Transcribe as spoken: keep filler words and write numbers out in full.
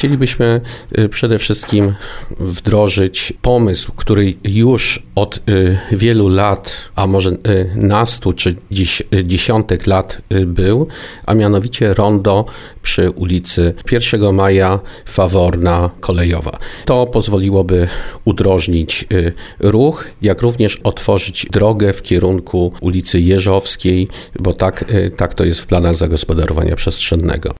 Chcielibyśmy przede wszystkim wdrożyć pomysł, który już od wielu lat, a może nastu czy dziś, dziesiątek lat był, a mianowicie rondo przy ulicy pierwszego maja Faworna Kolejowa. To pozwoliłoby udrożnić ruch, jak również otworzyć drogę w kierunku ulicy Jeżowskiej, bo tak, tak to jest w planach zagospodarowania przestrzennego.